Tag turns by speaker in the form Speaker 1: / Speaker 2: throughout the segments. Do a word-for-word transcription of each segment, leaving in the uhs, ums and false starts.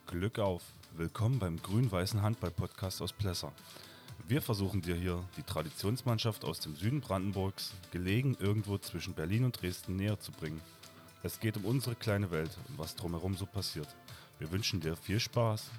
Speaker 1: Glück auf! Willkommen beim grün-weißen Handball-Podcast aus Plessa. Wir versuchen dir hier die Traditionsmannschaft aus dem Süden Brandenburgs, gelegen irgendwo zwischen Berlin und Dresden, näher zu bringen. Es geht um unsere kleine Welt und was drumherum so passiert. Wir wünschen dir viel Spaß.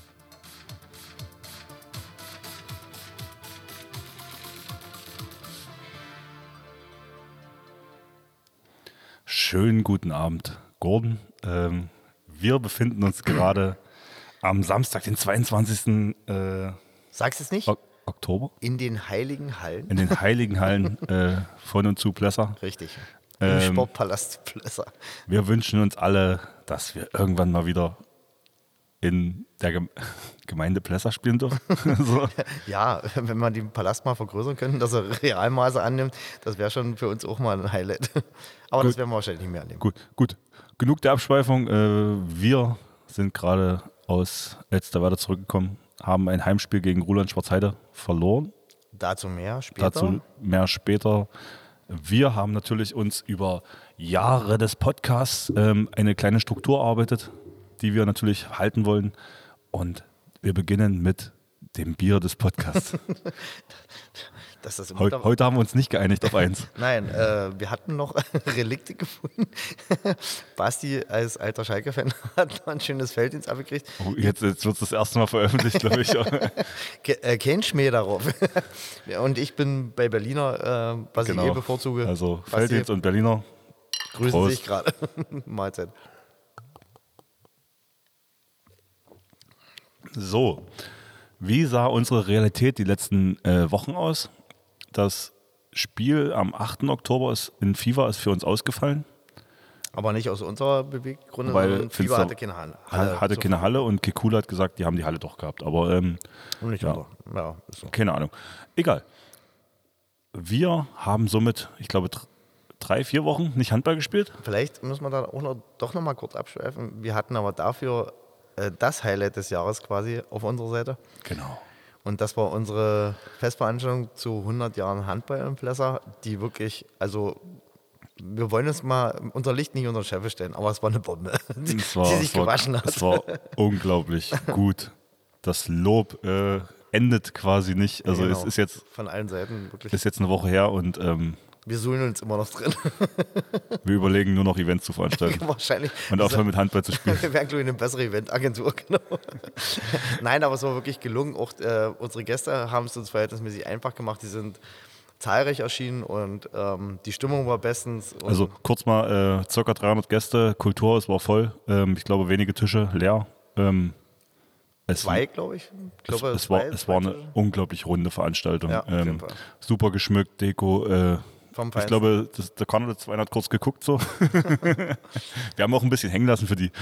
Speaker 1: Schönen guten Abend, Gordon. Ähm, wir befinden uns gerade am Samstag, den zweiundzwanzigsten Äh,
Speaker 2: Sagst du es nicht?
Speaker 1: O- Oktober.
Speaker 2: In den heiligen Hallen.
Speaker 1: In den heiligen Hallen äh, von und zu Plessa.
Speaker 2: Richtig. Im
Speaker 1: Ähm,
Speaker 2: Sportpalast Plessa.
Speaker 1: Wir wünschen uns alle, dass wir irgendwann mal wieder in der Gem- Gemeinde Plessa spielen dürfen. so.
Speaker 2: Ja, wenn man den Palast mal vergrößern könnte, dass er Realmaße annimmt, das wäre schon für uns auch mal ein Highlight. Aber
Speaker 1: Gut.
Speaker 2: das werden wir wahrscheinlich nicht mehr annehmen.
Speaker 1: Gut, gut. Genug der Abschweifung. Äh, wir sind gerade aus Elsterwerda zurückgekommen, haben ein Heimspiel gegen Ruland Schwarzheide verloren.
Speaker 2: Dazu mehr später.
Speaker 1: Dazu mehr später. Wir haben natürlich uns über Jahre des Podcasts ähm, eine kleine Struktur erarbeitet, die wir natürlich halten wollen. Und wir beginnen mit dem Bier des Podcasts.
Speaker 2: Dass das
Speaker 1: Heu, heute haben wir uns nicht geeinigt auf eins.
Speaker 2: Nein, äh, wir hatten noch Relikte gefunden. Basti als alter Schalke-Fan hat noch ein schönes Felddienst abgekriegt.
Speaker 1: Oh, jetzt jetzt wird es das erste Mal veröffentlicht, glaube ich.
Speaker 2: Ke äh, kein Schmäh darauf. Und ich bin bei Berliner, äh, was
Speaker 1: Genau.
Speaker 2: ich eh bevorzuge.
Speaker 1: Also
Speaker 2: Basti,
Speaker 1: Felddienst und Berliner.
Speaker 2: grüßen
Speaker 1: Prost.
Speaker 2: sich gerade. Mahlzeit.
Speaker 1: So, wie sah unsere Realität die letzten äh, Wochen aus? Das Spiel am achten Oktober ist in Fiva ist für uns ausgefallen.
Speaker 2: Aber nicht aus unserer Beweggründe,
Speaker 1: Weil
Speaker 2: sondern
Speaker 1: Finster-
Speaker 2: Fieber hatte keine Halle.
Speaker 1: Halle hatte keine Halle und Kekula hat gesagt, die haben die Halle doch gehabt. Aber ähm,
Speaker 2: Und nicht
Speaker 1: ja.
Speaker 2: unser. Ja, ist so.
Speaker 1: keine Ahnung. Egal. Wir haben somit, ich glaube, dr- drei, vier Wochen nicht Handball gespielt.
Speaker 2: Vielleicht müssen wir da auch noch, doch noch mal kurz abschweifen. Wir hatten aber dafür äh, das Highlight des Jahres quasi auf unserer Seite.
Speaker 1: Genau.
Speaker 2: Und das war unsere Festveranstaltung zu hundert Jahren Handball in Plessa, die wirklich, also wir wollen uns mal unser Licht nicht unter den Scheffel stellen, aber es war eine Bombe, die,
Speaker 1: Es war,
Speaker 2: die sich
Speaker 1: es war,
Speaker 2: gewaschen hat.
Speaker 1: Es war unglaublich gut. Das Lob äh, endet quasi nicht. Also
Speaker 2: Genau.
Speaker 1: es ist jetzt,
Speaker 2: Von allen Seiten wirklich.
Speaker 1: ist jetzt eine Woche her und ähm,
Speaker 2: Wir suhlen uns immer noch drin.
Speaker 1: wir überlegen nur noch Events zu veranstalten
Speaker 2: Wahrscheinlich.
Speaker 1: und aufhören mit Handball zu spielen.
Speaker 2: Wir wären, glaube ich, eine bessere Eventagentur, genau. Nein, aber es war wirklich gelungen. Auch äh, unsere Gäste haben es uns verhältnismäßig einfach gemacht. Die sind zahlreich erschienen und ähm, die Stimmung war bestens. Und
Speaker 1: Also kurz mal, äh, circa dreihundert Gäste, Kultur, es war voll. Ähm, ich glaube, wenige Tische leer. Ähm, es,
Speaker 2: zwei, glaube ich. ich
Speaker 1: es,
Speaker 2: glaube,
Speaker 1: es, war,
Speaker 2: zwei,
Speaker 1: es
Speaker 2: zwei
Speaker 1: war eine
Speaker 2: Tische.
Speaker 1: unglaublich runde Veranstaltung.
Speaker 2: Ja, auf jeden
Speaker 1: ähm,
Speaker 2: Fall.
Speaker 1: super geschmückt, Deko. Äh,
Speaker 2: Vom
Speaker 1: ich
Speaker 2: Feinsten.
Speaker 1: glaube, das, der Conor hat hat kurz geguckt. So. Wir haben auch ein bisschen hängen lassen für die.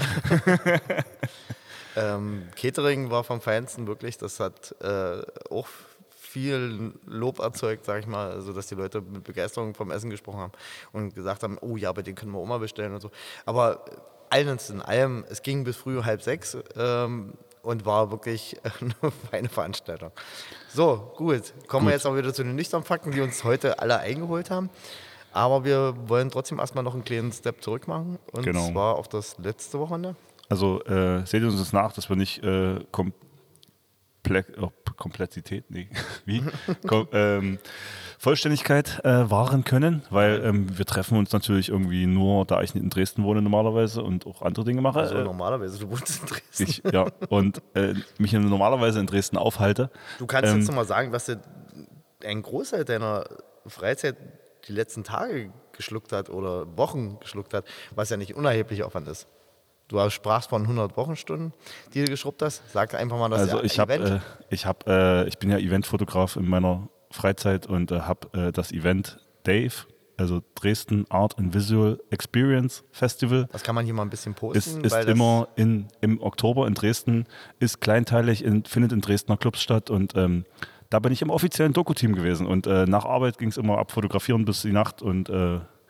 Speaker 2: Ähm, Catering war vom Feinsten wirklich. Das hat äh, auch viel Lob erzeugt, sag ich mal, also dass die Leute mit Begeisterung vom Essen gesprochen haben und gesagt haben, oh ja, bei denen können wir auch mal bestellen und so. Aber alles in allem, es ging bis früh halb sechs ähm, und war wirklich eine feine Veranstaltung. So, gut, kommen
Speaker 1: Gut.
Speaker 2: wir jetzt auch wieder zu den nüchternen Fakten, die uns heute alle eingeholt haben. Aber wir wollen trotzdem erstmal noch einen kleinen Step zurück machen und
Speaker 1: Genau.
Speaker 2: zwar auf das letzte Wochenende.
Speaker 1: Also äh, seht ihr uns das nach, dass wir nicht äh, komple oh, Komplexität, nee, wie? Kom ähm, Vollständigkeit äh, wahren können, weil ähm, wir treffen uns natürlich irgendwie nur, da ich in Dresden wohne normalerweise und auch andere Dinge mache.
Speaker 2: Also
Speaker 1: äh,
Speaker 2: normalerweise, du wohnst in Dresden.
Speaker 1: ich, ja, und äh, mich normalerweise in Dresden aufhalte.
Speaker 2: Du kannst
Speaker 1: Ähm,
Speaker 2: jetzt noch mal sagen, was dir ein Großteil deiner Freizeit die letzten Tage geschluckt hat oder Wochen geschluckt hat, was ja nicht unerheblich Aufwand ist. Du sprachst von hundert Wochenstunden, die du geschrubbt hast. Sag einfach mal, dass
Speaker 1: Also
Speaker 2: ja
Speaker 1: ich habe,
Speaker 2: Event.
Speaker 1: äh, ich habe, äh, ich bin ja Eventfotograf in meiner Freizeit und äh, habe äh, das Event Dave, also Dresden Art and Visual Experience Festival.
Speaker 2: Das kann man hier mal ein bisschen posten.
Speaker 1: Ist, ist
Speaker 2: weil das,
Speaker 1: immer in, im Oktober in Dresden, ist kleinteilig, in, findet in Dresdner Clubs statt und ähm, da bin ich im offiziellen Doku-Team gewesen und äh, nach Arbeit ging es immer ab Fotografieren bis die Nacht und äh,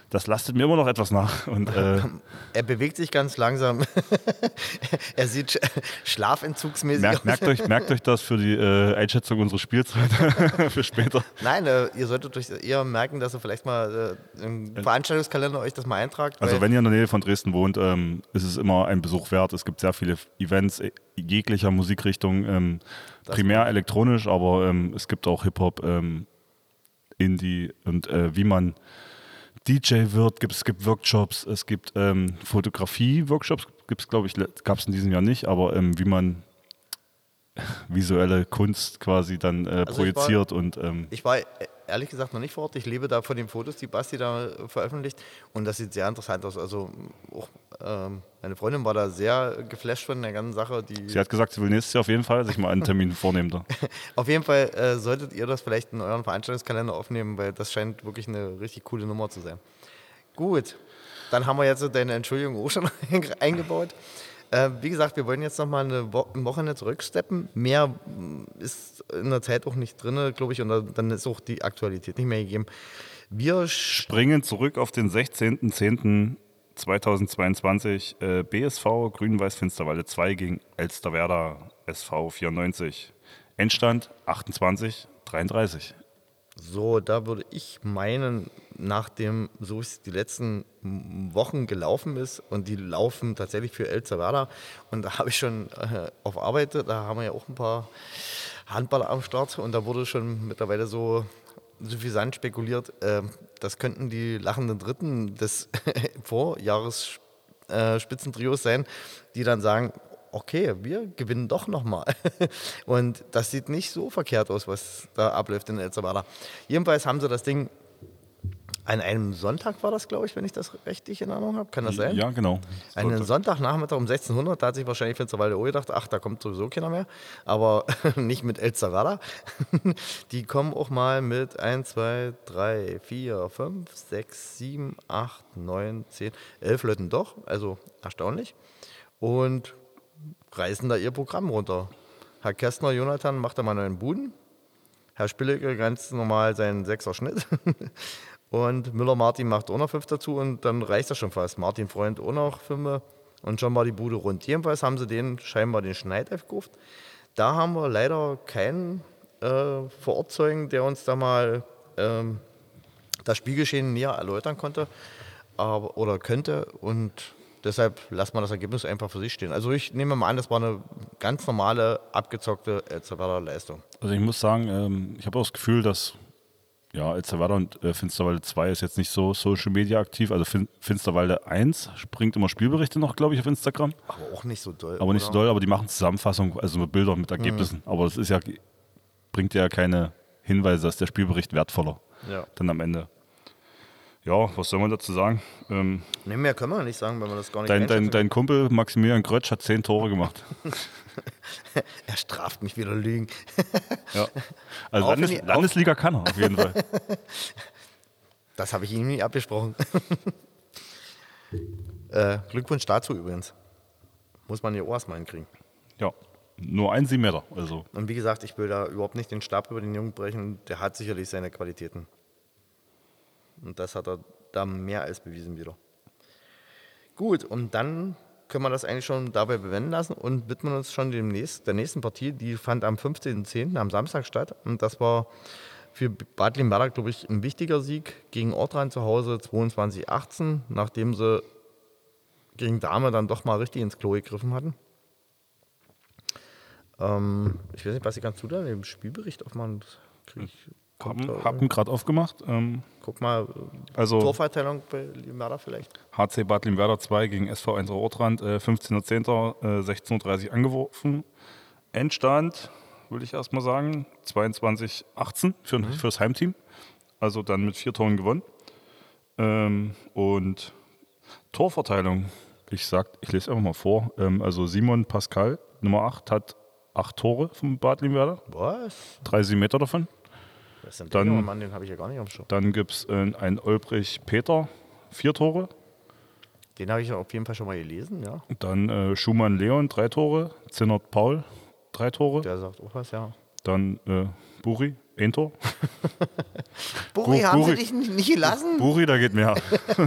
Speaker 1: das lastet mir immer noch etwas nach. Und, äh,
Speaker 2: er bewegt sich ganz langsam. Er sieht sch- schlafentzugsmäßig
Speaker 1: merkt,
Speaker 2: aus.
Speaker 1: merkt, euch, merkt euch das für die äh, Einschätzung unserer Spielzeit für später.
Speaker 2: Nein, äh, ihr solltet euch eher merken, dass ihr vielleicht mal äh, im Veranstaltungskalender euch das mal eintragt.
Speaker 1: Also
Speaker 2: weil-
Speaker 1: wenn ihr in der Nähe von Dresden wohnt, ähm, ist es immer ein Besuch wert. Es gibt sehr viele Events äh, jeglicher Musikrichtung, ähm, primär elektronisch, aber ähm, es gibt auch Hip-Hop, ähm, Indie und äh, wie man D J wird, gibt, es gibt Workshops, es gibt ähm, Fotografie-Workshops, gibt es glaube ich, gab es in diesem Jahr nicht, aber ähm, wie man visuelle Kunst quasi dann äh,
Speaker 2: Also ich war-
Speaker 1: projiziert und ähm,
Speaker 2: Ich war e- ehrlich gesagt noch nicht vor Ort. Ich lebe da von den Fotos, die Basti da äh, veröffentlicht. Und das sieht sehr interessant aus. Also auch ähm, meine Freundin war da sehr geflasht von der ganzen Sache. Die
Speaker 1: sie hat gesagt, sie will nächstes Jahr auf jeden Fall sich mal einen Termin vornehmen da.
Speaker 2: Auf jeden Fall äh, solltet ihr das vielleicht in euren Veranstaltungskalender aufnehmen, weil das scheint wirklich eine richtig coole Nummer zu sein. Gut, dann haben wir jetzt deine Entschuldigung auch schon eingebaut. Äh, wie gesagt, wir wollen jetzt noch mal eine Wo ein Wochenende zurücksteppen. Mehr mm, ist in der Zeit auch nicht drin, glaube ich, und da, dann ist auch die Aktualität nicht mehr gegeben. Wir sch-
Speaker 1: Springen zurück auf den sechzehnten zehnten zweitausendzweiundzwanzig. Äh, B S V Grün-Weiß Finsterwalde zwei gegen Elsterwerda S V vierundneunzig. Endstand achtundzwanzig dreiunddreißig.
Speaker 2: So, da würde ich meinen, nachdem so es die letzten Wochen gelaufen ist und die laufen tatsächlich für Elsterwerda und da habe ich schon äh, auf Arbeit, da haben wir ja auch ein paar Handballer am Start und da wurde schon mittlerweile so suffisant spekuliert, äh, das könnten die lachenden Dritten des Vorjahres äh, Spitzentrios sein, die dann sagen, okay, wir gewinnen doch nochmal. Und das sieht nicht so verkehrt aus, was da abläuft in Elsterwerda. Jedenfalls haben sie das Ding an einem Sonntag, war das, glaube ich, wenn ich das richtig in Erinnerung habe. Kann das sein?
Speaker 1: Ja, genau.
Speaker 2: Einen Sonntagnachmittag um sechzehnhundert, da hat sich wahrscheinlich Finsterwalde auch gedacht, ach, da kommt sowieso keiner mehr. Aber nicht mit Elsterwerda. Die kommen auch mal mit eins, zwei, drei, vier, fünf, sechs, sieben, acht, neun, zehn, elf Leuten doch. Also erstaunlich. Und reißen da ihr Programm runter. Herr Kästner, Jonathan macht da mal neuen Buden. Herr Spillecke ganz normal seinen Sechser Schnitt. Und Müller-Martin macht auch noch fünf dazu und dann reicht das schon fast. Martin Freund auch noch fünf und schon war die Bude rund. Jedenfalls haben sie den scheinbar den Schneid aufgerufen. Da haben wir leider keinen äh, Vorortzeugen, der uns da mal ähm, das Spielgeschehen näher erläutern konnte aber, oder könnte und deshalb lassen wir das Ergebnis einfach für sich stehen. Also ich nehme mal an, das war eine ganz normale, abgezockte Elsterwerda Leistung.
Speaker 1: Also ich muss sagen, ähm, ich habe auch das Gefühl, dass ja, Elsterwerda und äh, Finsterwalde zwei ist jetzt nicht so Social Media aktiv. Also fin Finsterwalde eins bringt immer Spielberichte noch, glaube ich, auf Instagram.
Speaker 2: Aber auch nicht so doll.
Speaker 1: Aber nicht
Speaker 2: oder?
Speaker 1: so doll, aber die machen Zusammenfassung, also mit Bildern, mit Ergebnissen. Mhm. Aber das ist ja, bringt ja keine Hinweise, dass der Spielbericht wertvoller
Speaker 2: Ja.
Speaker 1: dann am Ende. Ja, was soll man dazu sagen? Ähm,
Speaker 2: Nee, mehr können wir nicht sagen, wenn wir das gar nicht
Speaker 1: dein, dein,
Speaker 2: einschätzen
Speaker 1: dein Kumpel Maximilian Grötsch hat zehn Tore gemacht.
Speaker 2: Er straft mich wieder Lügen.
Speaker 1: Ja. Also
Speaker 2: Auch
Speaker 1: Landes
Speaker 2: wenn die-
Speaker 1: Landesliga kann er auf jeden Fall.
Speaker 2: Das habe ich ihm nie abgesprochen. äh, Glückwunsch dazu übrigens. Muss man ja auch erstmal hinkriegen.
Speaker 1: Ja, nur ein sieben Meter. Also.
Speaker 2: Und wie gesagt, ich will da überhaupt nicht den Stab über den Jungen brechen. Der hat sicherlich seine Qualitäten. Und das hat er da mehr als bewiesen wieder. Gut, und dann können wir das eigentlich schon dabei bewenden lassen und widmen uns schon dem nächsten, der nächsten Partie. Die fand am fünfzehnten zehnten am Samstag statt. Und das war für Bad Limwerda, glaube ich, ein wichtiger Sieg gegen Ortrand zu Hause zweiundzwanzig achtzehn, nachdem sie gegen Dahme dann doch mal richtig ins Klo gegriffen hatten. Ähm, ich weiß nicht, Basti, kannst du da den Spielbericht aufmachen? Das krieg ich, kommt da-
Speaker 1: Haben, haben gerade aufgemacht. Ähm,
Speaker 2: Guck mal,
Speaker 1: also
Speaker 2: Torverteilung bei Limwerda vielleicht.
Speaker 1: H C Bad Limwerda zwei gegen S V eins Ortrand, äh, fünfzehnter zehnter Äh, sechzehn Uhr dreißig angeworfen. Endstand, würde ich erstmal sagen, zweiundzwanzig achtzehn für, mhm. für das Heimteam. Also dann mit vier Toren gewonnen. Ähm, und Torverteilung, ich sag, ich lese einfach mal vor. Ähm, also Simon Pascal, Nummer acht, hat acht Tore vom Bad Limwerda.
Speaker 2: Was?
Speaker 1: Drei sieben Meter davon.
Speaker 2: Das ist ein
Speaker 1: Dann-
Speaker 2: junger Mann, den habe ich ja gar nicht am Schirm.
Speaker 1: Dann gibt es äh, einen Olbrich Peter, vier Tore.
Speaker 2: Den habe ich ja auf jeden Fall schon mal gelesen, ja.
Speaker 1: Dann äh, Schumann Leon, drei Tore. Zinnert Paul, drei Tore.
Speaker 2: Der sagt auch was, ja.
Speaker 1: Dann äh, Buri, ein Tor.
Speaker 2: Buri,
Speaker 1: Bu-
Speaker 2: haben
Speaker 1: Buri.
Speaker 2: sie dich nicht, nicht gelassen?
Speaker 1: Buri, da geht mehr.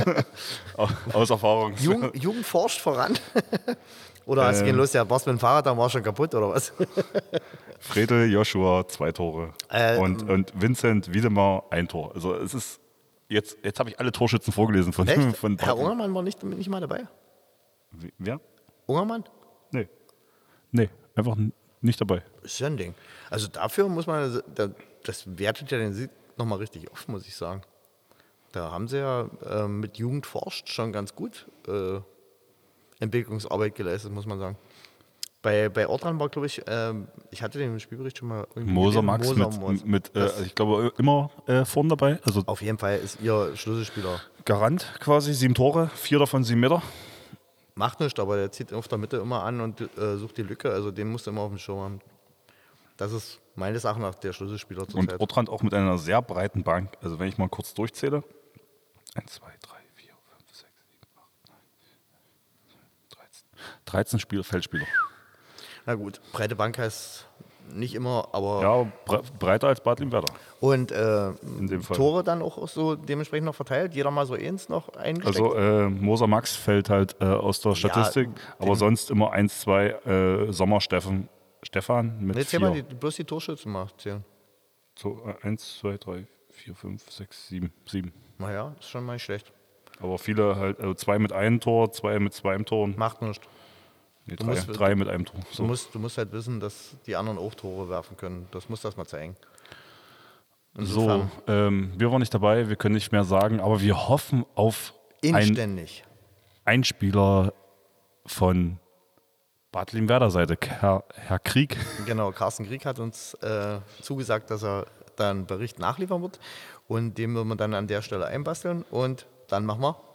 Speaker 1: Aus Erfahrung.
Speaker 2: Jugend, Jugend forscht voran. Oder hast du
Speaker 1: Ähm.
Speaker 2: gehen los, ja, warst mit dem Fahrrad, dann war schon kaputt, oder was?
Speaker 1: Fredel, Joshua, zwei Tore.
Speaker 2: Äh,
Speaker 1: und, und Vincent Wiedemar, ein Tor. Also es ist, jetzt, jetzt habe ich alle Torschützen vorgelesen von,
Speaker 2: Echt?
Speaker 1: von
Speaker 2: Herr
Speaker 1: Bartling.
Speaker 2: Ungermann war nicht, nicht mal dabei?
Speaker 1: Wie- Wer?
Speaker 2: Ungermann?
Speaker 1: Nee. Nee, einfach n- nicht dabei.
Speaker 2: Ist ja ein Ding. Also dafür muss man, da- das wertet ja den Sieg nochmal richtig auf, muss ich sagen. Da haben sie ja äh, mit Jugend forscht schon ganz gut äh, Entwicklungsarbeit geleistet, muss man sagen. Bei, bei Ortran war, glaube ich, ähm, ich hatte den Spielbericht schon mal irgendwie
Speaker 1: Moser
Speaker 2: gelesen.
Speaker 1: Max
Speaker 2: Moser
Speaker 1: mit,
Speaker 2: Moser.
Speaker 1: mit äh,
Speaker 2: Das-
Speaker 1: ich glaube, immer äh, vorn dabei. Also
Speaker 2: Auf jeden Fall ist ihr Schlüsselspieler.
Speaker 1: Garant quasi, sieben Tore, vier davon sieben Meter.
Speaker 2: Macht nichts, aber der zieht auf der Mitte immer an und äh, sucht die Lücke. Also den musst du immer auf dem Schirm haben. Das ist meines Erachtens nach der Schlüsselspieler zur
Speaker 1: Und
Speaker 2: Zeit.
Speaker 1: Ortrand auch mit einer sehr breiten Bank. Also wenn ich mal kurz durchzähle. eins, zwei, drei, vier, fünf, sechs, sieben, acht, neun, dreizehn. dreizehn Spieler, Feldspieler.
Speaker 2: Na gut, breite Bank heißt nicht immer, aber
Speaker 1: Ja, bre breiter als Bad Limwerder.
Speaker 2: und äh,
Speaker 1: In dem Fall.
Speaker 2: Tore dann auch so dementsprechend noch verteilt. Jeder mal so eins noch eingesteckt.
Speaker 1: Also äh, Moser Max fällt halt äh, aus der Statistik, aber sonst immer eins, zwei, äh, Sommer Steffen, Stefan mit
Speaker 2: nee, zähl mal
Speaker 1: vier.
Speaker 2: die, bloß die Torschützen mal zählen.
Speaker 1: So, äh, eins, zwei, drei, vier, fünf, sechs, sieben, sieben.
Speaker 2: Naja, ist schon mal nicht schlecht.
Speaker 1: Aber viele halt, also zwei mit einem Tor, zwei mit zwei Toren.
Speaker 2: Macht nichts.
Speaker 1: Nee,
Speaker 2: Du
Speaker 1: drei,
Speaker 2: musst-
Speaker 1: drei mit einem Tor.
Speaker 2: Du,
Speaker 1: So.
Speaker 2: musst, du musst halt wissen, dass die anderen auch Tore werfen können. Das muss das mal zeigen.
Speaker 1: So,
Speaker 2: Insofern
Speaker 1: ähm, wir waren nicht dabei, wir können nicht mehr sagen, aber wir hoffen auf einen
Speaker 2: inständig.
Speaker 1: Einspieler von Bad Limwerder Seite, Herr, Herr Krieg.
Speaker 2: Genau, Carsten Krieg hat uns äh, zugesagt, dass er da einen Bericht nachliefern wird. Und den würden wir dann an der Stelle einbasteln. Und dann machen wir.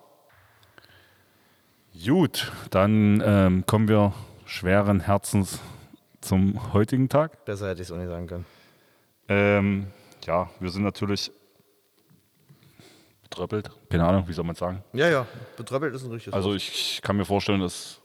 Speaker 1: Gut, dann ähm, kommen wir schweren Herzens zum heutigen Tag.
Speaker 2: Besser hätte ich es auch nicht sagen können.
Speaker 1: Ähm, ja, wir sind natürlich betröppelt. Keine Ahnung, wie soll man sagen.
Speaker 2: Ja, ja, betröppelt ist ein richtiges
Speaker 1: Also
Speaker 2: Wort.
Speaker 1: ich kann mir vorstellen, dass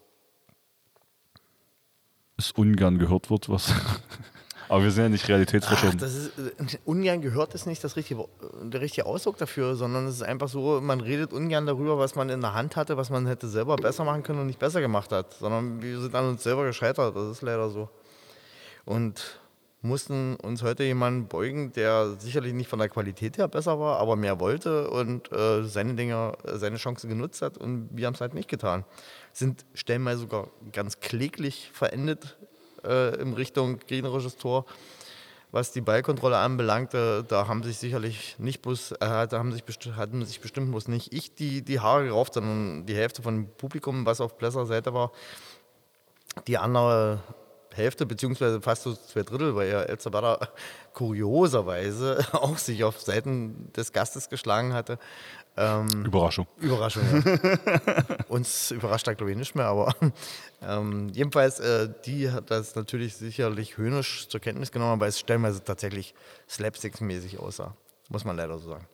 Speaker 1: es ungern gehört wird, was. Aber wir sind ja nicht
Speaker 2: Ach,
Speaker 1: realitätsverschoben.
Speaker 2: das ist, äh, ungern gehört ist nicht das richtige, Wo- der richtige Ausdruck dafür, sondern es ist einfach so, man redet ungern darüber, was man in der Hand hatte, was man hätte selber besser machen können und nicht besser gemacht hat, sondern wir sind an uns selber gescheitert, das ist leider so. Und mussten uns heute jemanden beugen, der sicherlich nicht von der Qualität her besser war, aber mehr wollte und äh, seine Dinge, äh, seine Chance genutzt hat und wir haben es halt nicht getan. Sind stellenweise sogar ganz kläglich verendet äh, in Richtung gegnerisches Tor. Was die Ballkontrolle anbelangt, äh, da haben sich sicherlich nicht bloß, äh, da haben sich besti- hatten sich bestimmt bloß nicht ich die, die Haare gerauft, sondern die Hälfte von dem Publikum, was auf Plesser Seite war. Die andere Hälfte, beziehungsweise fast so zwei Drittel, weil ja Elsterwerda kurioserweise auch sich auf Seiten des Gastes geschlagen hatte. Ähm,
Speaker 1: Überraschung.
Speaker 2: Überraschung, ja. Uns überrascht da, glaube ich, nicht mehr, aber ähm, jedenfalls, äh, die hat das natürlich sicherlich höhnisch zur Kenntnis genommen, weil es stellenweise tatsächlich slapstick-mäßig aussah, muss man leider so sagen.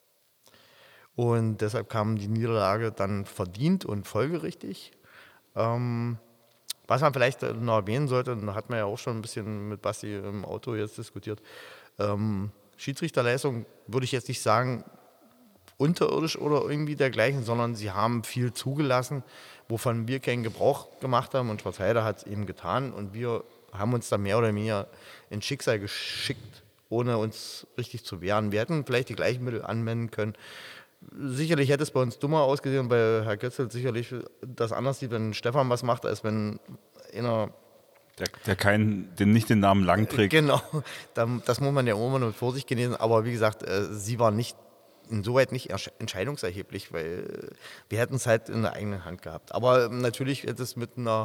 Speaker 2: Und deshalb kam die Niederlage dann verdient und folgerichtig. Ähm, was man vielleicht noch erwähnen sollte, da hat man ja auch schon ein bisschen mit Basti im Auto jetzt diskutiert, ähm, Schiedsrichterleistung würde ich jetzt nicht sagen, unterirdisch oder irgendwie dergleichen, sondern sie haben viel zugelassen, wovon wir keinen Gebrauch gemacht haben und Schwarzheide hat es eben getan und wir haben uns da mehr oder weniger ins Schicksal geschickt, ohne uns richtig zu wehren. Wir hätten vielleicht die gleichen Mittel anwenden können. Sicherlich hätte es bei uns dummer ausgesehen, weil Herr Götzl sicherlich das anders sieht, wenn Stefan was macht, als wenn einer
Speaker 1: Der, der keinen, den nicht den Namen lang trägt.
Speaker 2: Genau, das muss man ja immer mit Vorsicht genießen. Aber wie gesagt, sie war nicht insoweit nicht entscheidungserheblich, weil wir hätten es halt in der eigenen Hand gehabt. Aber natürlich hätte es mit einer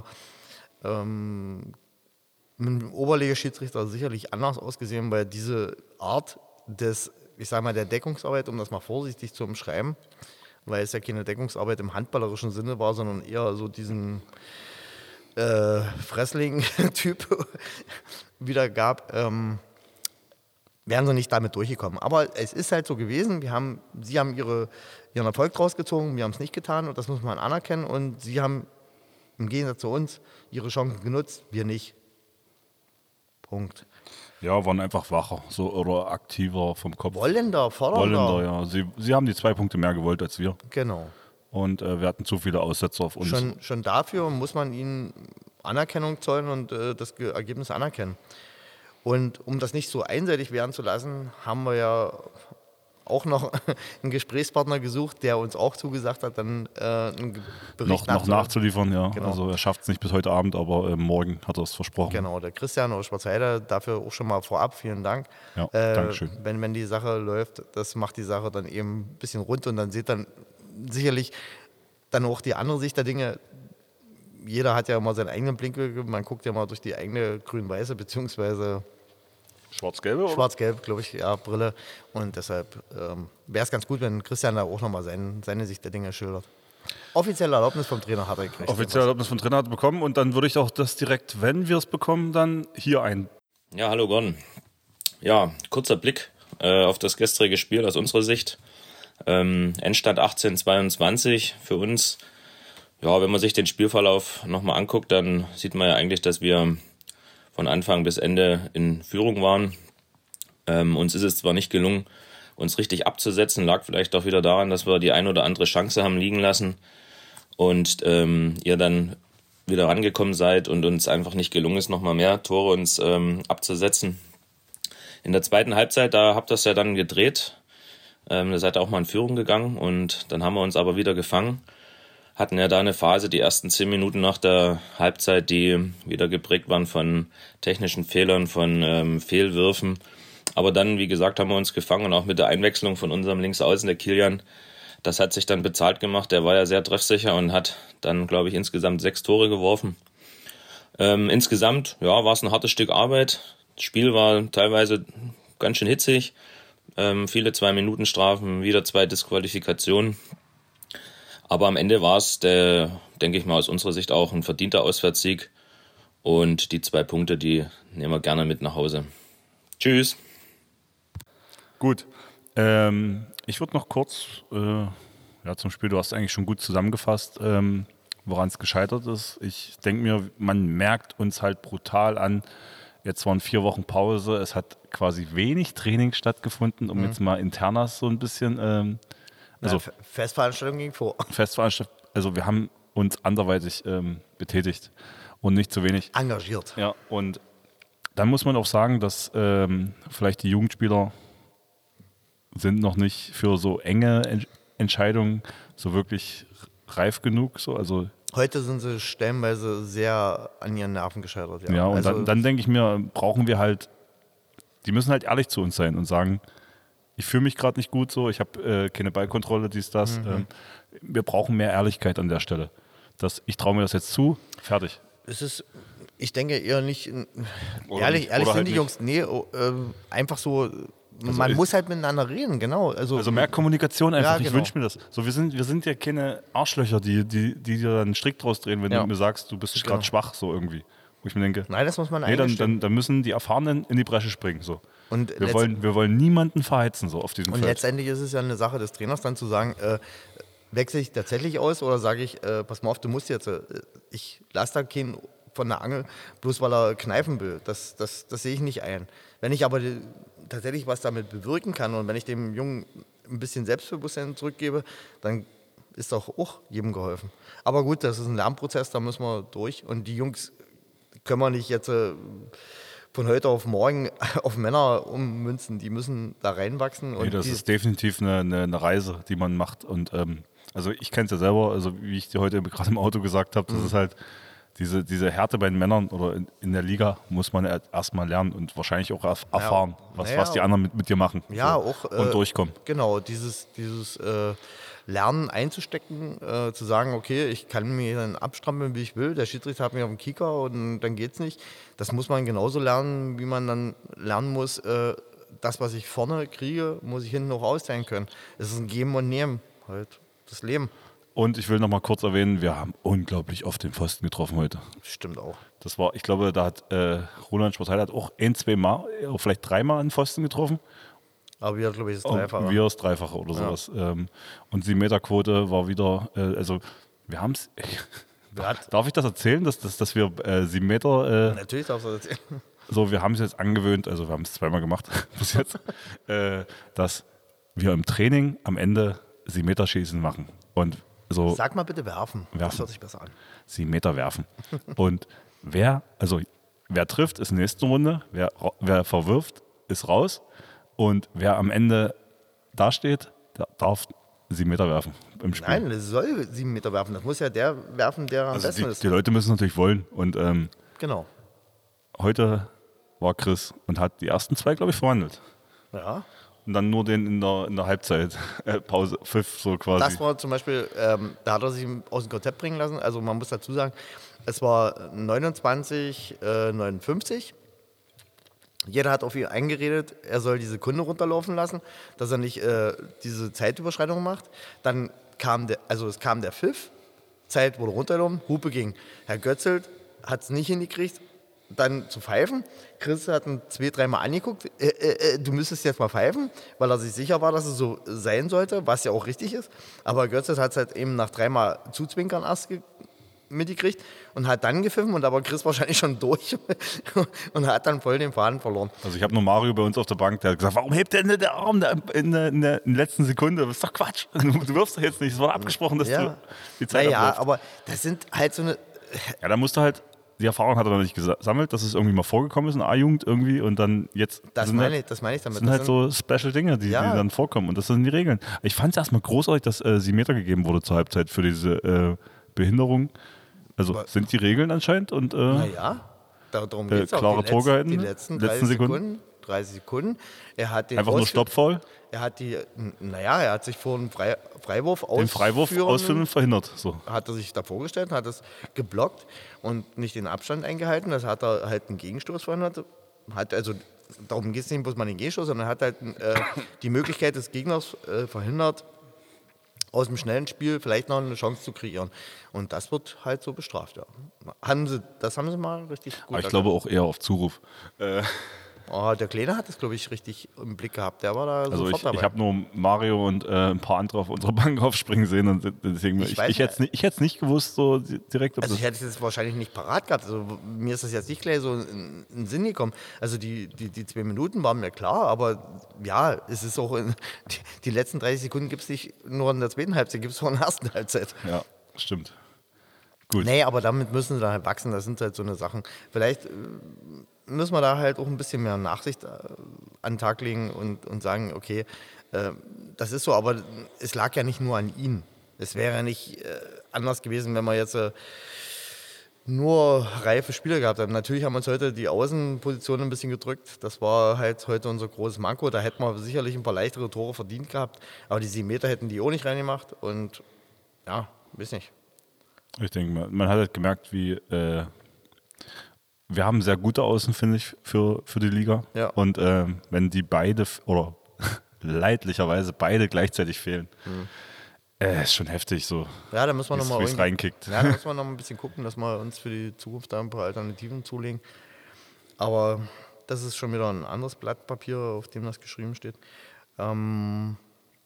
Speaker 2: ähm, mit einem Oberliga-Schiedsrichter sicherlich anders ausgesehen, weil diese Art des, ich sage mal, der Deckungsarbeit, um das mal vorsichtig zu umschreiben, weil es ja keine Deckungsarbeit im handballerischen Sinne war, sondern eher so diesen äh, Fressling-Typ wieder gab, ähm, wären sie nicht damit durchgekommen. Aber es ist halt so gewesen, wir haben, sie haben ihre, ihren Erfolg draus gezogen, wir haben es nicht getan und das muss man anerkennen und sie haben im Gegensatz zu uns ihre Chancen genutzt, wir nicht. Punkt.
Speaker 1: Ja, waren einfach wacher so, oder aktiver vom Kopf.
Speaker 2: Wollender, fordernder.
Speaker 1: Wollender, ja. Sie, sie haben die zwei Punkte mehr gewollt als wir.
Speaker 2: Genau.
Speaker 1: Und äh, wir hatten zu viele Aussetzer auf uns.
Speaker 2: Schon, schon dafür muss man ihnen Anerkennung zollen und äh, das Ge- Ergebnis anerkennen. Und um das nicht so einseitig werden zu lassen, haben wir ja auch noch einen Gesprächspartner gesucht, der uns auch zugesagt hat, dann äh, einen Ge- Bericht
Speaker 1: noch, noch nachzuliefern, ja.
Speaker 2: Genau.
Speaker 1: Also er schafft es nicht bis heute Abend, aber äh, morgen hat er es versprochen.
Speaker 2: Genau, der Christian aus Schwarzheide, dafür auch schon mal vorab, vielen Dank.
Speaker 1: Ja,
Speaker 2: äh,
Speaker 1: Dankeschön.
Speaker 2: Wenn, wenn die Sache läuft, das macht die Sache dann eben ein bisschen rund und dann seht dann sicherlich dann auch die andere Sicht der Dinge. Jeder hat ja immer seinen eigenen Blickwinkel, man guckt ja mal durch die eigene grün-weiße beziehungsweise
Speaker 1: Schwarz-gelbe?
Speaker 2: schwarz-gelb, glaube ich, ja, Brille. Und deshalb ähm, wäre es ganz gut, wenn Christian da auch nochmal sein, seine Sicht der Dinge schildert. Offizielle Erlaubnis vom Trainer hat er gekriegt.
Speaker 1: Offizielle Erlaubnis vom Trainer hat er bekommen und dann würde ich auch das direkt, wenn wir es bekommen, dann hier ein.
Speaker 3: Ja, hallo Gordon. Ja, kurzer Blick äh, auf das gestrige Spiel aus unserer Sicht. Ähm, Endstand achtzehn zweiundzwanzig für uns. Ja, wenn man sich den Spielverlauf nochmal anguckt, dann sieht man ja eigentlich, dass wir von Anfang bis Ende in Führung waren. Ähm, uns ist es zwar nicht gelungen, uns richtig abzusetzen, lag vielleicht auch wieder daran, dass wir die ein oder andere Chance haben liegen lassen und ähm, ihr dann wieder rangekommen seid und uns einfach nicht gelungen ist, nochmal mehr Tore uns ähm, abzusetzen. In der zweiten Halbzeit, da habt ihr es ja dann gedreht, ähm, da seid ihr auch mal in Führung gegangen und dann haben wir uns aber wieder gefangen. Hatten ja da eine Phase, die ersten zehn Minuten nach der Halbzeit, die wieder geprägt waren von technischen Fehlern, von ähm, Fehlwürfen. Aber dann, wie gesagt, haben wir uns gefangen und auch mit der Einwechslung von unserem Linksaußen, der Kilian, das hat sich dann bezahlt gemacht. Der war ja sehr treffsicher und hat dann, glaube ich, insgesamt sechs Tore geworfen. Ähm, insgesamt, ja, war es ein hartes Stück Arbeit. Das Spiel war teilweise ganz schön hitzig. Ähm, viele Zwei-Minuten-Strafen, wieder zwei Disqualifikationen. Aber am Ende war es, der, denke ich mal, aus unserer Sicht auch ein verdienter Auswärtssieg. Und die zwei Punkte, die nehmen wir gerne mit nach Hause. Tschüss.
Speaker 1: Gut. Ähm, ich würde noch kurz äh, ja, zum Spiel, du hast eigentlich schon gut zusammengefasst, ähm, woran es gescheitert ist. Ich denke mir, man merkt uns halt brutal an, jetzt waren vier Wochen Pause, es hat quasi wenig Training stattgefunden, um mhm. jetzt mal Internas so ein bisschen... Ähm, Also
Speaker 2: ja, Festveranstaltung ging vor.
Speaker 1: Festveranstaltung, also wir haben uns anderweitig ähm, betätigt und nicht zu wenig.
Speaker 2: Engagiert.
Speaker 1: Ja, und dann muss man auch sagen, dass ähm, vielleicht die Jugendspieler sind noch nicht für so enge Ent- Entscheidungen so wirklich reif genug. So. Also,
Speaker 2: Heute sind sie stellenweise sehr an ihren Nerven gescheitert. Ja,
Speaker 1: ja und
Speaker 2: also,
Speaker 1: dann, dann denke ich mir, brauchen wir halt, die müssen halt ehrlich zu uns sein und sagen, ich fühle mich gerade nicht gut so, ich habe äh, keine Ballkontrolle, dies, das. Mhm. Ähm, wir brauchen mehr Ehrlichkeit an der Stelle. Das, ich traue mir das jetzt zu, fertig.
Speaker 2: Es ist, ich denke eher nicht,
Speaker 1: Oder
Speaker 2: ehrlich,
Speaker 1: nicht,
Speaker 2: ehrlich
Speaker 1: oder
Speaker 2: sind
Speaker 1: halt
Speaker 2: die
Speaker 1: nicht.
Speaker 2: Jungs, nee, oh, äh, einfach so,
Speaker 1: Also
Speaker 2: man
Speaker 1: ich-
Speaker 2: muss halt miteinander reden, genau. Also,
Speaker 1: Also mehr Kommunikation einfach,
Speaker 2: Ja,
Speaker 1: ich
Speaker 2: genau.
Speaker 1: wünsche mir das. So, wir sind, wir sind ja keine Arschlöcher, die, die, die dir dann einen Strick draus drehen, wenn
Speaker 2: Ja.
Speaker 1: du mir sagst, du bist gerade
Speaker 2: Genau.
Speaker 1: schwach, so irgendwie. Wo ich mir denke,
Speaker 2: Nein, das muss man
Speaker 1: nee, dann,
Speaker 2: eingestehen.
Speaker 1: dann, dann müssen die Erfahrenen in die Bresche springen. So.
Speaker 2: Und
Speaker 1: Wir
Speaker 2: letzt-
Speaker 1: wollen, wir wollen niemanden verheizen so auf diesem
Speaker 2: Und
Speaker 1: Feld.
Speaker 2: letztendlich ist es ja eine Sache des Trainers dann zu sagen, äh, wechsle ich tatsächlich aus oder sage ich, äh, pass mal auf, du musst jetzt, äh, ich lasse da keinen von der Angel, bloß weil er kneifen will. Das, das, das sehe ich nicht ein. Wenn ich aber die, tatsächlich was damit bewirken kann und wenn ich dem Jungen ein bisschen Selbstbewusstsein zurückgebe, dann ist doch auch jedem geholfen. Aber gut, das ist ein Lernprozess, da müssen wir durch. Und die Jungs können wir nicht jetzt äh, von heute auf morgen auf Männer ummünzen. Die müssen da reinwachsen.
Speaker 1: Nee,
Speaker 2: Und
Speaker 1: das
Speaker 2: die,
Speaker 1: ist definitiv eine, eine, eine Reise, die man macht. Und ähm, also ich kenne es ja selber, also wie ich dir heute gerade im Auto gesagt habe, das
Speaker 2: Mhm.
Speaker 1: ist halt diese, diese Härte bei den Männern oder in, in der Liga muss man erstmal lernen und wahrscheinlich auch erf- erfahren, was,
Speaker 2: naja,
Speaker 1: was die anderen mit, mit dir machen.
Speaker 2: Ja,
Speaker 1: so,
Speaker 2: auch.
Speaker 1: und
Speaker 2: äh,
Speaker 1: durchkommen.
Speaker 2: Genau, dieses, dieses äh, Lernen einzustecken, äh, zu sagen, okay, ich kann mir dann abstrampeln, wie ich will. Der Schiedsrichter hat mich auf den Kieker und dann geht's nicht. Das muss man genauso lernen, wie man dann lernen muss, äh, das, was ich vorne kriege, muss ich hinten auch austeilen können. Es ist ein Geben und Nehmen, halt das Leben.
Speaker 1: Und ich will noch mal kurz erwähnen, wir haben unglaublich oft den Pfosten getroffen heute.
Speaker 2: Stimmt auch.
Speaker 1: Das war, ich glaube, da hat äh, Roland Schwarzheide hat auch ein, zwei Mal, oder vielleicht dreimal einen Pfosten getroffen.
Speaker 2: Aber wir, glaube ich, das
Speaker 1: Und
Speaker 2: Dreifache.
Speaker 1: wir das Dreifache oder sowas. Ähm, und die Meterquote war wieder, äh, also wir haben es.
Speaker 2: Wer hat-
Speaker 1: Darf ich das erzählen, dass, dass, dass wir äh, sieben Meter, äh,
Speaker 2: Natürlich darfst du das erzählen.
Speaker 1: so, wir haben es jetzt angewöhnt, also wir haben es zweimal gemacht bis jetzt, äh, dass wir im Training am Ende sieben Meter Schießen machen. Und so
Speaker 2: Sag mal bitte werfen.
Speaker 1: werfen.
Speaker 2: Das hört sich besser an.
Speaker 1: sieben Meter werfen. Und wer, also wer trifft, ist nächste Runde, wer, wer verwirft, ist raus. Und wer am Ende dasteht, der darf sieben Meter werfen im Spiel.
Speaker 2: Nein, das soll sieben Meter werfen. Das muss ja der werfen, der am
Speaker 1: also
Speaker 2: besten
Speaker 1: die,
Speaker 2: ist.
Speaker 1: die Leute müssen natürlich wollen. Und ähm,
Speaker 2: Genau.
Speaker 1: heute war Chris und hat die ersten zwei, glaube ich, verwandelt.
Speaker 2: Ja.
Speaker 1: Und dann nur den in der, in der Halbzeit, äh, Pause, Pfiff so quasi.
Speaker 2: Das war zum Beispiel, ähm, da hat er sich aus dem Konzept bringen lassen. Also man muss dazu sagen, es war neunundzwanzig neunundfünfzig. Jeder hat auf ihn eingeredet, er soll die Sekunde runterlaufen lassen, dass er nicht äh, diese Zeitüberschreitung macht. Dann kam der, also es kam der Pfiff, Zeit wurde runtergelaufen, Hupe ging. Herr Götzelt hat es nicht hingekriegt, dann zu pfeifen. Chris hat ihn zwei, dreimal angeguckt, äh, äh, du müsstest jetzt mal pfeifen, weil er sich sicher war, dass es so sein sollte, was ja auch richtig ist. Aber Götzelt hat es halt eben nach dreimal Zuzwinkern erst ge- mitgekriegt und hat dann gepfiffen und da war Chris wahrscheinlich schon durch und hat dann voll den Faden verloren.
Speaker 1: Also ich habe nur Mario bei uns auf der Bank, der hat gesagt, warum hebt der denn der Arm da in der, in der, in der letzten Sekunde? Das ist doch Quatsch. Du wirfst doch jetzt nicht. Es war abgesprochen, dass
Speaker 2: Ja.
Speaker 1: du die Zeit
Speaker 2: Naja,
Speaker 1: abläuft.
Speaker 2: aber das sind halt so eine...
Speaker 1: Ja, da musst du halt, die Erfahrung hat er noch nicht gesammelt, dass es irgendwie mal vorgekommen ist in A-Jugend irgendwie und dann jetzt
Speaker 2: Das
Speaker 1: sind,
Speaker 2: meine
Speaker 1: halt,
Speaker 2: ich, das meine ich damit.
Speaker 1: sind
Speaker 2: Das
Speaker 1: halt so Special Dinge, die,
Speaker 2: Ja.
Speaker 1: die dann vorkommen und das sind die Regeln. Ich fand es erstmal großartig, dass äh, sieben Meter gegeben wurde zur Halbzeit für diese äh, Behinderung. Also
Speaker 2: Aber-
Speaker 1: sind die Regeln anscheinend und äh,
Speaker 2: Naja, darum
Speaker 1: Äh,
Speaker 2: geht es auch.
Speaker 1: klare
Speaker 2: Die
Speaker 1: Tor
Speaker 2: letzten,
Speaker 1: gehalten,
Speaker 2: die letzten
Speaker 1: letzten
Speaker 2: dreißig
Speaker 1: Sekunden.
Speaker 2: Sekunden. dreißig Sekunden. Er hat den
Speaker 1: einfach nur
Speaker 2: Ausführ-
Speaker 1: Stoppfoul,
Speaker 2: Er hat die, naja, er hat sich vor einem Frei, Freiwurf
Speaker 1: den Freiwurf
Speaker 2: ausführen-
Speaker 1: ausführen verhindert. So.
Speaker 2: hat er sich da vorgestellt, hat es geblockt und nicht den Abstand eingehalten. Das hat er halt einen Gegenstoß verhindert. Hat also, darum geht es nicht bloß mal den Gegenstoß, sondern hat halt äh, die Möglichkeit des Gegners äh, verhindert, aus dem schnellen Spiel vielleicht noch eine Chance zu kreieren. Und das wird halt so bestraft, ja. Haben sie, das haben sie mal richtig gut
Speaker 1: Aber ich glaube auch eher auf Zuruf. Äh,
Speaker 2: Oh, der Kleine hat das, glaube ich, richtig im Blick gehabt. Der war da
Speaker 1: also
Speaker 2: sofort
Speaker 1: ich,
Speaker 2: dabei.
Speaker 1: ich habe nur Mario und äh, ein paar andere auf unserer Bank aufspringen sehen und deswegen,
Speaker 2: Ich
Speaker 1: ich,
Speaker 2: weiß
Speaker 1: ich, hätte es nicht, ich hätte es nicht gewusst so direkt. Ob
Speaker 2: Also
Speaker 1: das,
Speaker 2: ich hätte es jetzt wahrscheinlich nicht parat gehabt. Also mir ist das jetzt nicht gleich so in, in den Sinn gekommen. Also die, die, die zwei Minuten waren mir klar, aber ja, es ist auch in, die, die letzten dreißig Sekunden gibt es nicht nur in der zweiten Halbzeit, gibt es auch in der ersten Halbzeit.
Speaker 1: ja, stimmt. Gut.
Speaker 2: Nee, aber damit müssen sie dann halt wachsen, das sind halt so eine Sachen. Vielleicht äh, müssen wir da halt auch ein bisschen mehr Nachsicht äh, an den Tag legen und, und sagen, okay, äh, das ist so, aber es lag ja nicht nur an ihnen. Es wäre ja nicht äh, anders gewesen, wenn wir jetzt äh, nur reife Spieler gehabt haben. Natürlich haben wir uns heute die Außenposition ein bisschen gedrückt. Das war halt heute unser großes Manko. Da hätten wir sicherlich ein paar leichtere Tore verdient gehabt. Aber die sieben Meter hätten die auch nicht reingemacht. Und ja, weiß nicht.
Speaker 1: Ich denke, man, man hat halt gemerkt, wie äh, wir haben sehr gute Außen, finde ich, für, für die Liga.
Speaker 2: Ja.
Speaker 1: Und ähm, wenn die beide f- oder leidlicherweise beide gleichzeitig fehlen,
Speaker 2: Mhm.
Speaker 1: äh, ist schon heftig so.
Speaker 2: Ja, da müssen wir
Speaker 1: Wie's-
Speaker 2: nochmal
Speaker 1: wie's reinkickt.
Speaker 2: Ja, da müssen wir noch ein bisschen gucken, dass wir uns für die Zukunft da ein paar Alternativen zulegen. Aber das ist schon wieder ein anderes Blatt Papier, auf dem das geschrieben steht. Ähm,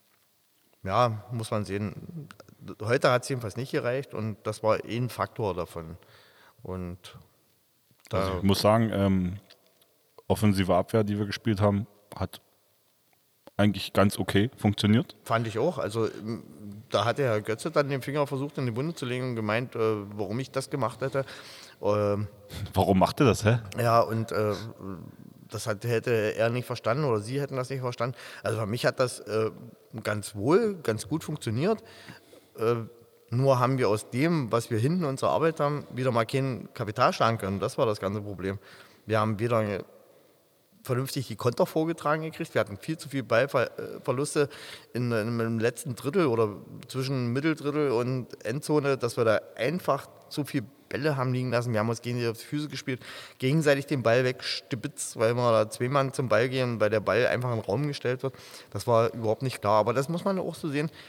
Speaker 2: ja, muss man sehen. Heute hat es jedenfalls nicht gereicht und das war eh ein Faktor davon. Und da,
Speaker 1: Also ich muss sagen, ähm, offensive Abwehr, die wir gespielt haben, hat eigentlich ganz okay funktioniert.
Speaker 2: fand ich auch. Also ähm, da hat der Herr Götze dann den Finger versucht, in die Wunde zu legen und gemeint, äh, warum ich das gemacht hätte. Ähm,
Speaker 1: Warum macht er das, hä?
Speaker 2: Ja, und äh, das hat, hätte er nicht verstanden oder sie hätten das nicht verstanden. Also für mich hat das äh, ganz wohl, ganz gut funktioniert. Äh, nur haben wir aus dem, was wir hinten uns erarbeitet haben, wieder mal kein Kapital schlagen können. Das war das ganze Problem. Wir haben weder vernünftig die Konter vorgetragen gekriegt. Wir hatten viel zu viel Ballverluste in, in, im letzten Drittel oder zwischen Mitteldrittel und Endzone, dass wir da einfach zu viel Bälle haben liegen lassen. Wir haben uns gegenseitig auf die Füße gespielt, gegenseitig den Ball wegstibitzt, weil wir da zwei Mann zum Ball gehen, weil der Ball einfach in den Raum gestellt wird. Das war überhaupt nicht klar. Aber das muss man auch so sehen.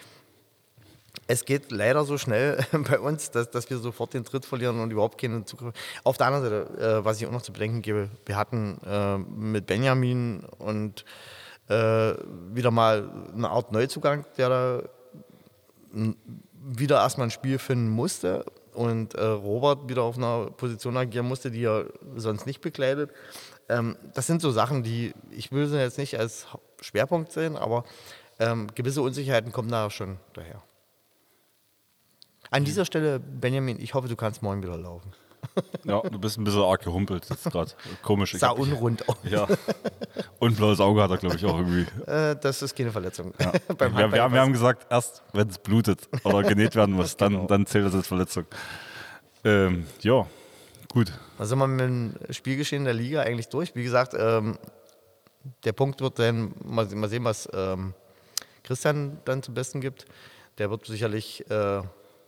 Speaker 2: Es geht leider so schnell bei uns, dass, dass wir sofort den Tritt verlieren und überhaupt keine Zugriff. Auf der anderen Seite, äh, was ich auch noch zu bedenken gebe, wir hatten äh, mit Benjamin und äh, wieder mal eine Art Neuzugang, der da m, wieder erstmal ein Spiel finden musste. und äh, Robert wieder auf einer Position agieren musste, die er sonst nicht bekleidet. Ähm, das sind so Sachen, die, ich will sie jetzt nicht als Schwerpunkt sehen, aber ähm, gewisse Unsicherheiten kommen da schon daher. An dieser Stelle, Benjamin, ich hoffe, du kannst morgen wieder laufen.
Speaker 1: Ja, du bist ein bisschen arg gehumpelt jetzt gerade. Komisch.
Speaker 2: Sah unrund aus.
Speaker 1: Ja. Und blaues Auge hat er, glaube ich, auch irgendwie.
Speaker 2: Äh, das ist keine Verletzung.
Speaker 1: Ja. wir, wir, wir, haben, wir haben gesagt, erst wenn es blutet oder genäht werden muss, dann,
Speaker 2: genau.
Speaker 1: dann zählt das als Verletzung. Ähm, ja, gut.
Speaker 2: Da sind wir mit dem Spielgeschehen der Liga eigentlich durch. Wie gesagt, ähm, der Punkt wird dann, mal, mal sehen, was ähm, Christian dann zum Besten gibt. Der wird sicherlich... Äh,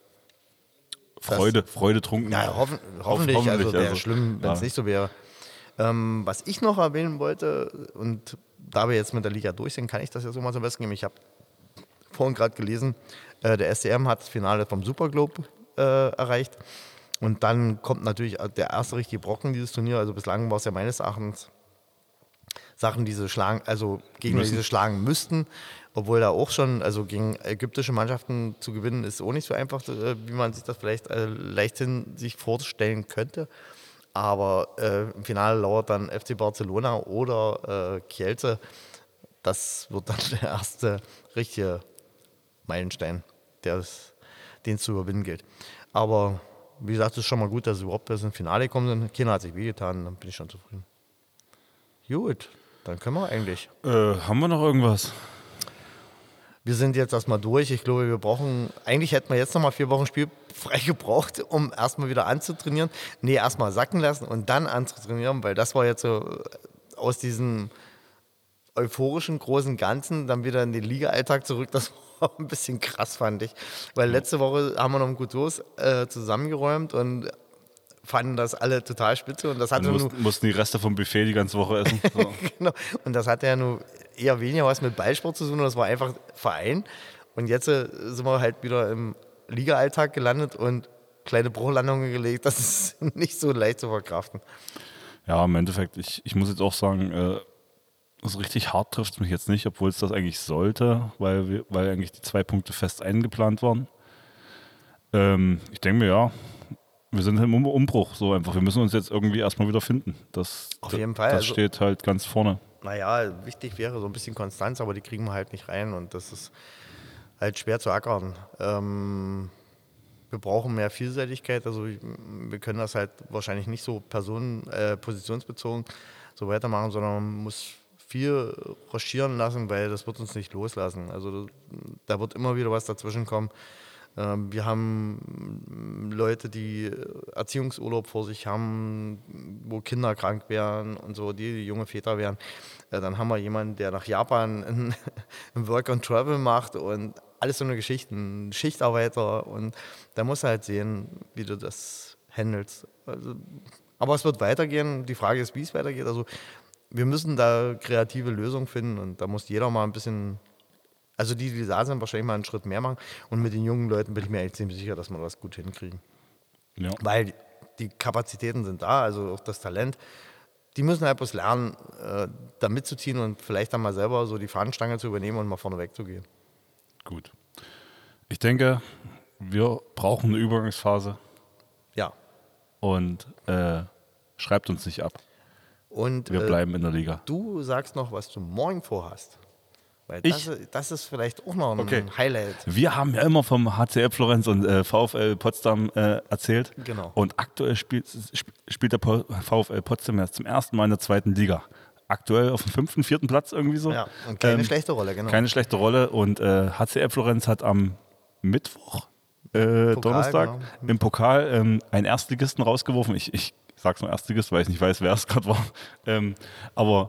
Speaker 1: Freude, Freude trunken.
Speaker 2: Ja, hoffen, hoffentlich,
Speaker 1: hoffentlich.
Speaker 2: Also wäre
Speaker 1: also,
Speaker 2: schlimm, wenn es
Speaker 1: ja.
Speaker 2: nicht so wäre. Ähm, was ich noch erwähnen wollte, und da wir jetzt mit der Liga durch sind, kann ich das ja so mal zum Besten geben. Ich habe vorhin gerade gelesen, äh, der S C M hat das Finale vom Superglobe äh, erreicht. Und dann kommt natürlich der erste richtige Brocken dieses Turnier. Also bislang war es ja meines Erachtens Sachen, die sie schlagen, also Gegner,
Speaker 1: müssen.
Speaker 2: die sie schlagen müssten. Obwohl da auch schon, also gegen ägyptische Mannschaften zu gewinnen, ist auch nicht so einfach, wie man sich das vielleicht äh, leichthin sich vorstellen könnte. Aber äh, im Finale lauert dann F C Barcelona oder äh, Kielce. Das wird dann der erste richtige Meilenstein, den es zu überwinden gilt. Aber wie gesagt, es ist schon mal gut, dass sie überhaupt bis ins Finale gekommen sind. Keiner hat sich wehgetan, dann bin ich schon zufrieden. Gut, dann können wir eigentlich.
Speaker 1: Äh, haben wir noch irgendwas?
Speaker 2: Wir sind jetzt erstmal durch. Ich glaube, wir brauchen, eigentlich hätten wir jetzt nochmal vier Wochen spielfrei gebraucht, um erstmal wieder anzutrainieren. Nee, erstmal sacken lassen und dann anzutrainieren, weil das war jetzt so aus diesem euphorischen großen Ganzen dann wieder in den Liga-Alltag zurück. Das war ein bisschen krass, fand ich. Weil letzte Woche haben wir noch einen Gutlos äh, zusammengeräumt und fanden das alle total spitze. Und das hatte
Speaker 1: mussten,
Speaker 2: nur,
Speaker 1: mussten die Reste vom Buffet die ganze Woche essen. So.
Speaker 2: genau. Und das hatte ja nur eher weniger was mit Ballsport zu tun. Das war einfach Verein. Und jetzt äh, sind wir halt wieder im Liga-Alltag gelandet und kleine Bruchlandungen gelegt. Das ist nicht so leicht zu verkraften.
Speaker 1: Ja, im Endeffekt, ich, ich muss jetzt auch sagen, äh, so richtig hart trifft es mich jetzt nicht, obwohl es das eigentlich sollte, weil, wir, weil eigentlich die zwei Punkte fest eingeplant waren. Ähm, ich denke mir, ja, wir sind im Umbruch, so einfach. Wir müssen uns jetzt irgendwie erstmal wieder finden. Das,
Speaker 2: Auf jeden Fall.
Speaker 1: Das
Speaker 2: also,
Speaker 1: steht halt ganz vorne.
Speaker 2: Naja, wichtig wäre so ein bisschen Konstanz, aber die kriegen wir halt nicht rein und das ist halt schwer zu ackern. Ähm, wir brauchen mehr Vielseitigkeit, also wir können das halt wahrscheinlich nicht so personen-, äh, positionsbezogen so weitermachen, sondern man muss viel recherchieren lassen, weil das wird uns nicht loslassen. Also da wird immer wieder was dazwischen kommen. Ähm, wir haben Leute, die Erziehungsurlaub vor sich haben, wo Kinder krank wären und so, die, die junge Väter wären. Äh, dann haben wir jemanden, der nach Japan ein, ein Work and Travel macht und alles so eine Geschichte, ein Schichtarbeiter und da musst du halt sehen, wie du das handelst. Also, aber es wird weitergehen. Die Frage ist, wie es weitergeht. Also wir müssen da kreative Lösungen finden und da muss jeder mal ein bisschen, also die, die da sind, wahrscheinlich mal einen Schritt mehr machen und mit den jungen Leuten bin ich mir eigentlich ziemlich sicher, dass wir das gut hinkriegen.
Speaker 1: Ja.
Speaker 2: Weil die Kapazitäten sind da, also auch das Talent. Die müssen halt bloß lernen, äh, da mitzuziehen und vielleicht dann mal selber so die Fahnenstange zu übernehmen und mal vorne wegzugehen.
Speaker 1: Gut. Ich denke, wir brauchen eine Übergangsphase
Speaker 2: Ja.
Speaker 1: und äh, schreibt uns nicht ab.
Speaker 2: Und
Speaker 1: Wir
Speaker 2: äh,
Speaker 1: bleiben in der Liga.
Speaker 2: du sagst noch, was du morgen vorhast. Weil
Speaker 1: Ich?
Speaker 2: das, das ist vielleicht auch noch ein
Speaker 1: Okay.
Speaker 2: Highlight.
Speaker 1: Wir haben ja immer vom H C L Florenz und äh, VfL Potsdam äh, erzählt.
Speaker 2: Genau.
Speaker 1: Und aktuell spielt, sp- spielt der Po- VfL Potsdam jetzt zum ersten Mal in der zweiten Liga. Aktuell auf dem fünften, vierten Platz irgendwie so.
Speaker 2: Ja, und keine
Speaker 1: Ähm,
Speaker 2: schlechte Rolle, genau.
Speaker 1: Keine schlechte Rolle. Und äh, H C L Florenz hat am Mittwoch, äh, Donnerstag,
Speaker 2: genau.
Speaker 1: im Pokal ähm, einen Erstligisten rausgeworfen. Ich, ich sag's nur Erstligist, weil ich nicht weiß, wer es gerade war. Ähm, aber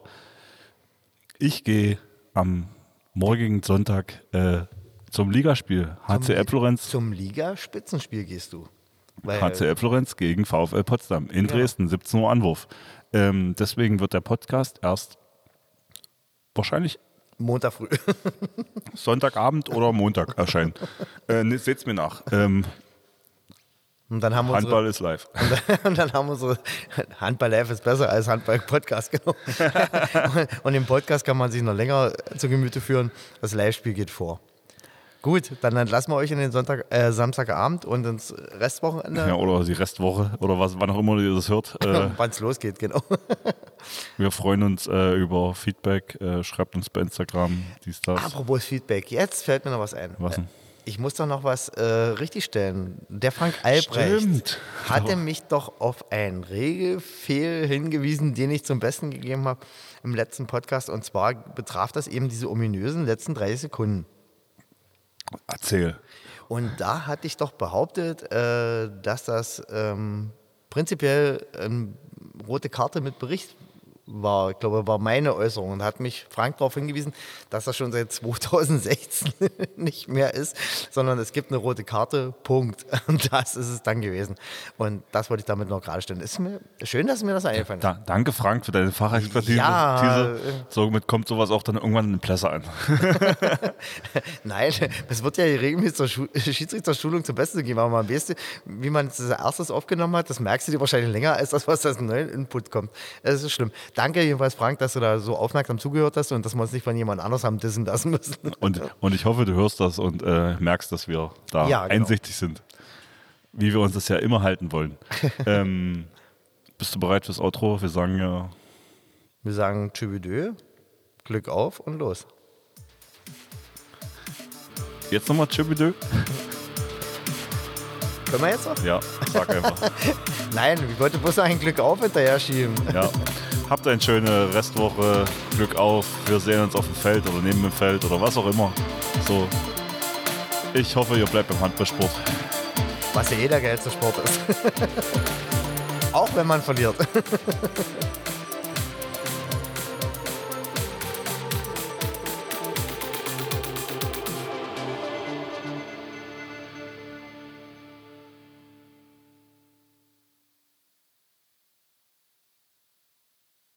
Speaker 1: ich gehe am morgigen Sonntag äh, zum Ligaspiel. H C L Florenz.
Speaker 2: Zum Liga-Spitzenspiel gehst du. Weil
Speaker 1: H C L Florenz gegen VfL Potsdam in
Speaker 2: Ja.
Speaker 1: Dresden, siebzehn Uhr Anwurf. Ähm, deswegen wird der Podcast erst wahrscheinlich
Speaker 2: Montag früh.
Speaker 1: Sonntagabend oder Montag erscheinen. Äh, ne, seht's mir nach. Ähm,
Speaker 2: Und dann haben wir
Speaker 1: Handball ist live.
Speaker 2: unsere, und, dann, und dann haben wir unsere Handball Live ist besser als Handball Podcast, genau. und, und im Podcast kann man sich noch länger zu Gemüte führen. Das Live-Spiel geht vor. Gut, dann entlassen wir euch in den Sonntag, äh, Samstagabend und ins Restwochenende.
Speaker 1: Ja, oder die Restwoche oder was, wann auch immer ihr das hört. Äh,
Speaker 2: Wann es losgeht, genau.
Speaker 1: wir freuen uns äh, über Feedback. Äh, schreibt uns bei Instagram, dies, das.
Speaker 2: Apropos Feedback, jetzt fällt mir noch was ein.
Speaker 1: Was denn?
Speaker 2: Ich muss doch noch was äh, richtigstellen. Der Frank Albrecht
Speaker 1: Stimmt.
Speaker 2: hatte mich doch auf einen Regelfehl hingewiesen, den ich zum Besten gegeben habe im letzten Podcast. Und zwar betraf das eben diese ominösen letzten dreißig Sekunden.
Speaker 1: Erzähl.
Speaker 2: Und da hatte ich doch behauptet, äh, dass das ähm, prinzipiell eine rote Karte mit Bericht war. Ich glaube, war meine Äußerung. Und hat mich Frank darauf hingewiesen, dass das schon seit zweitausendsechzehn nicht mehr ist, sondern es gibt eine rote Karte, Punkt. Und das ist es dann gewesen. Und das wollte ich damit noch gerade stellen. Ist mir schön, dass mir das eingefallen ist.
Speaker 1: Da, danke, Frank, für deine Fachexpertise.
Speaker 2: Ja.
Speaker 1: Somit kommt sowas auch dann irgendwann in den Plässer an.
Speaker 2: Nein, es wird ja regelmäßig zur Schu- Schiedsrichterschulung zum Besten gegeben. Aber man weiß, wie man es als erstes aufgenommen hat, das merkst du dir wahrscheinlich länger, als das, was als neuen Input kommt. Das ist schlimm. Danke jedenfalls, Frank, dass du da so aufmerksam zugehört hast und dass wir uns nicht von jemand anders haben dissen lassen müssen.
Speaker 1: Und, und ich hoffe, du hörst das und äh, merkst, dass wir da
Speaker 2: Ja, genau.
Speaker 1: einsichtig sind. Wie wir uns das ja immer halten wollen. ähm, bist du bereit fürs Outro? Wir sagen ja...
Speaker 2: Wir sagen Tschübidö, Glück auf und los.
Speaker 1: Jetzt nochmal Tschübidö?
Speaker 2: Können wir jetzt noch?
Speaker 1: Ja, sag einfach.
Speaker 2: Nein, ich wollte bloß ein Glück auf hinterher schieben.
Speaker 1: Ja. Habt eine schöne Restwoche. Glück auf. Wir sehen uns auf dem Feld oder neben dem Feld oder was auch immer. So. Ich hoffe, ihr bleibt beim Handballsport.
Speaker 2: Was ja jeder geilste Sport ist. Auch wenn man verliert.